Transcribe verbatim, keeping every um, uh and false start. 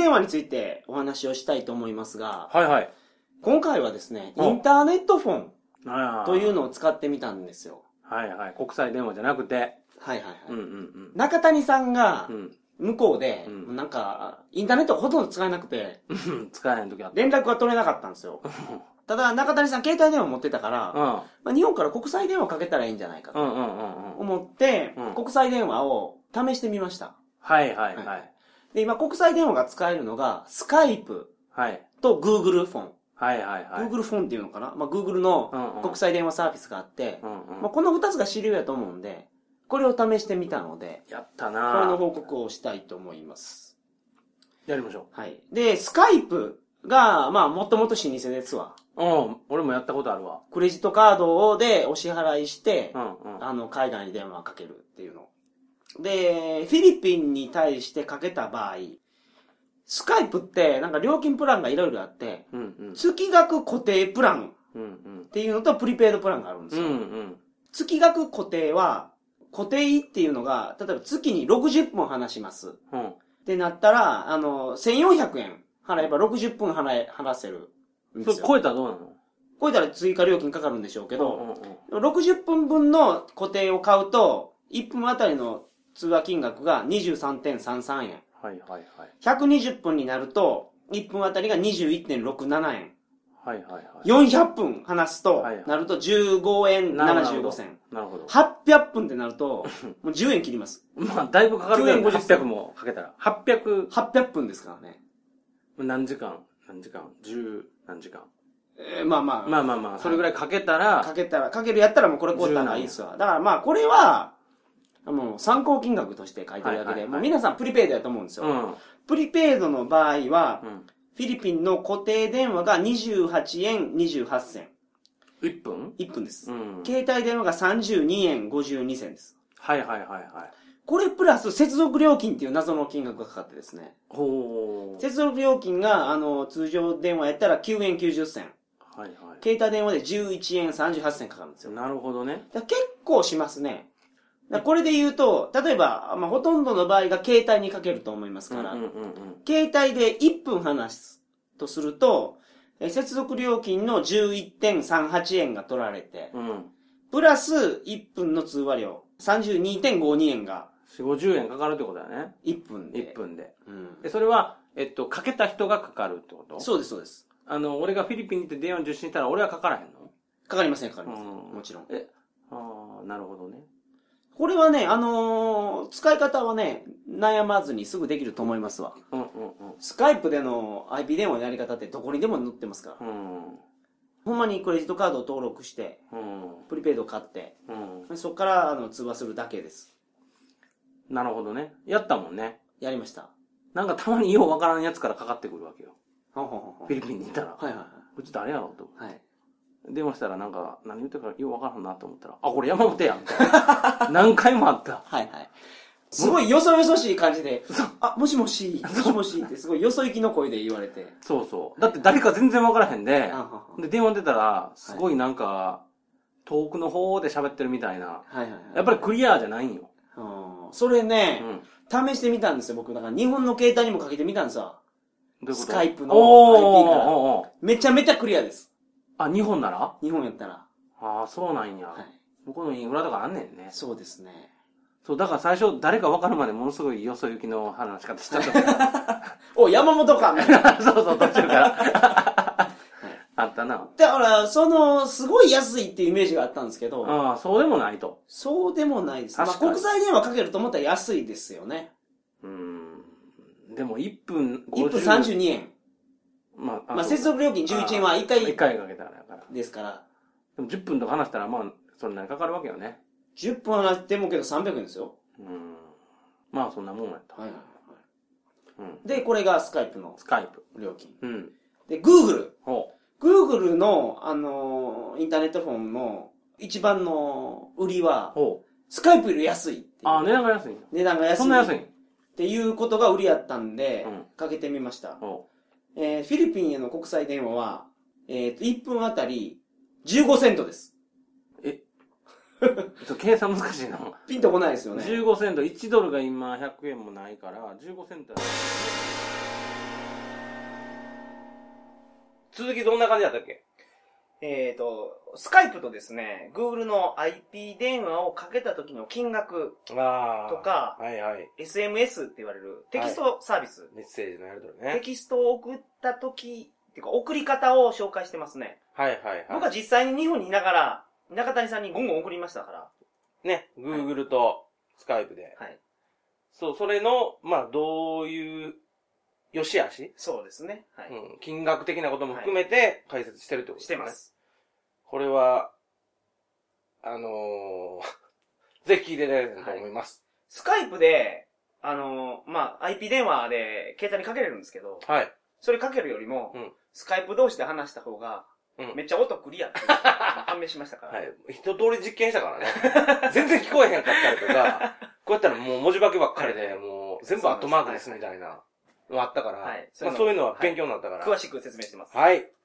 電話についてお話をしたいと思いますが、 はいはい。 今回はですね、インターネットフォンあというのを使ってみたんですよ。 はいはい。国際電話じゃなくて。 はいはいはい。 うんうんうん。 中谷さんがう、ん。 向こうで、 うんなんか、インターネットほとんど使えなくて、 使えへん時あった。 連絡が取れなかったんですよ。ただ、中谷さん携帯電話持ってたから、 うん。 まあ、日本から国際電話かけたらいいんじゃないかとうんうんうんうん。 思って、 うん国際電話を試してみました。 はいはいははいい。で、今国際電話が使えるのが、スカイプはい。 と Google フォン。 はいはいはい。 Google フォンっていうのかな、まあ、Google のうんうん国際電話サービスがあって、 うんうん。 まあ、この二つが主流やと思うんで、これを試してみたので、 やったこれのなぁ。 報告をしたいと思います。 やりましょはい。で、スカイプが、まあ、もともと老舗ですわ。 う。うん。俺もやったことあるわ。 クレジットカードでお支払いして、 うんうん。 あの、海外に電話をかけるっていうの。で、フィリピンに対してかけた場合、スカイプってなんか料金プランがいろいろあって、 うんうん。 月額固定プランうんうん。 っていうのとプリペイドプランがあるんですよ。 うんうん。 月額固定は、固定っていうのが、例えば月にろくじゅっぷん話します。 うん。 ってなったら、あの、せんよんひゃくえん払えばろくじゅっぷん払え、話せるんですよ。 それ超えたらどうなの？ 超えたら追加料金かかるんでしょうけうんうど、 んろくじゅっぷんぶんの固定を買うと、いっぷんあたりの通話金額が にじゅうさんてんさんさんえん。 はいはいはい。 ひゃくにじゅっぷんになると、いっぷんあたりが にじゅういってんろくななえん。 はいはいはい。 よんひゃっぷん話すとはいはい、 なるとじゅうごえんななじゅうごせん。 なるほど。 はっぴゃっぷんってなると、もうじゅうえん切ります。 まあ、だいぶかかるけど、 きゅうえんごじゅっはっぴゃくもかけたら。はっぴゃく、 はっぴゃっぷんですからね。 何時間何時間 ?じゅう 何時間えー、まあまあ。 まあまあまあ、それぐらいかけたら、 かけたら、かけるやったらもうこれ買ったらいいっすわ。だからまあこれは、もう参考金額として書いてるだけで、 はいはいはいもう皆さんプリペイドやと思うんですよ。 うん。 プリペイドの場合は、 うん。 フィリピンの固定電話がにじゅうはちえんにじゅうはっせん。 いっぷんいっぷんです。 うん。 携帯電話がさんじゅうにえんごじゅうにせんです。 はいはいはいはい。 これプラス接続料金っていう謎の金額がかかってですね。 ほー。 接続料金が、あの、通常電話やったらきゅうえんきゅうじゅっせん。 はいはい。 携帯電話でじゅういちえんさんじゅうはっせんかかるんですよ。 なるほどね。 だから結構しますね。だからこれで言うと、例えば、まあ、ほとんどの場合が携帯にかけると思いますから、 うんうんうん携帯でいっぷん話すとすると、え接続料金の じゅういってんさんはちえんが取られて、 うん。うん。 プラスいっぷんの通話料、さんじゅうにてんごにえんがよんじゅう、ごじゅうえんかかるってことだよね。 いっぷんで。 いっぷんで。 うん。 で、それは、えっと、かけた人がかかるってことそうです、そうです。 あの、俺がフィリピンに行って電話受信したら俺はかからへんのかかりません、かかりません。 うんもちろん。 え、ああ、なるほどね。 これはね、あのー使い方はね、悩まずにすぐできると思いますわ。 うんうんスカイプでの アイピー 電話のやり方ってどこにでも載ってますから。 うん。 ほんまにクレジットカードを登録して、 うん。 プリペイド買って、 うん。 そこからあの通話するだけです。 なるほどね。やったもんね。 やりました。 なんかたまにようわからんやつからかかってくるわけよ。 ほんほんほんほんフィリピンにいたら。 はいはいはこいつ誰やろうと。 い。はい。 電話したらなんか、何言ってるかようわからんなと思ったら、あ、これ山本やんみたいな。何回もあった。 はいはい。すごいよそよそしい感じで、あ、もしもし、もしもしってすごいよそ行きの声で言われて。 そうそう。だって誰か全然わからへんであ、はんはんで、電話出たら、すごいなんか、遠くの方で喋ってるみたいな。 はいはいはい。 やっぱりクリアじゃないんよ。 うんそれうね、 ん。 試してみたんですよ、僕。だから日本の携帯にもかけてみたんですわ。 どういうことスカイプのおーアイピー からおーおーめちゃめちゃクリアです。 あ、日本なら日本やったら。 ああ、そうなんや。 はい。 向こうのインフラとかあんねんね。 そうですね。 そう、だから最初誰か分かるまでものすごいよそ行きの話し方しちゃった。 お、山本かみたいな。 そうそう、途中から。あったな。 だから、その、すごい安いっていうイメージがあったんですけど、 ああ、そうでもないと。 そうでもないです。まあ、 確かに国際電話かけると思ったら安いですよね。 うーん。でもいっぷんごじゅう。 いっぷんさんじゅうにえん。 まあ、 まあ、接続料金じゅういちえんはいっかいっいかいかけたらやから。 ですから、 でもじゅっぷんとか話したら、まあ、そんなにかかるわけよね。 じゅっぷん話してもけどさんびゃくえんですよ。 うん。まあ、そんなもんやった。 はいはいうん。 はい。で、これがスカイプのスカイプ。 料金。 うん。 で、Google。 ほ Google の、あのーインターネットフォンの一番の売りう。 は、 ほう。 スカイプより安いっていう。 ああ、値段が安いんや。 値段が安い。 そんな安いんっていうことが売りやったんで、 うんかけてみました。 ほえーフィリピンへの国際電話は、えーと、いっぷんあたりじゅうごセントです。 う。えちょっと計算難しいな。 ピンとこないですよね。 じゅうごセント、いちドルが今ひゃくえんもないから、じゅうごセントや続きどんな感じだったっけ？ えっと、スカイプとですね、Google の アイピー 電話をかけた時の金額とか、 はいはい、 エスエムエス って言われるテキストサービス。はい、 メッセージのやり取りね。 テキストを送った時、っていうか送り方を紹介してますね。 はいはいはい。 僕は実際に日本にいながら、中谷さんにゴンゴン送りましたから。 ね、Google とスカイプで。はい。そう、それの、まあ、どういう、良し悪し？ そうですね。はい。 うん。金額的なことも含めて解説してるってことですね。 してます。 これは、あのー、ぜひ聞いていただきたいと思います。 はい、スカイプで、あのー、まあ、アイピー 電話で携帯にかけれるんですけど、はい。それかけるよりも、うん、スカイプ同士で話した方が、うん、めっちゃ音クリアって判明しましたから。 はい。一通り実験したからね。全然聞こえへんかったりとか、こうやったらもう文字化けばっかりで、はい、もう全部アットマークですみたいなのあったから、はい、まあ、そういうのは勉強になったから、 はい、詳しく説明してます。 はい。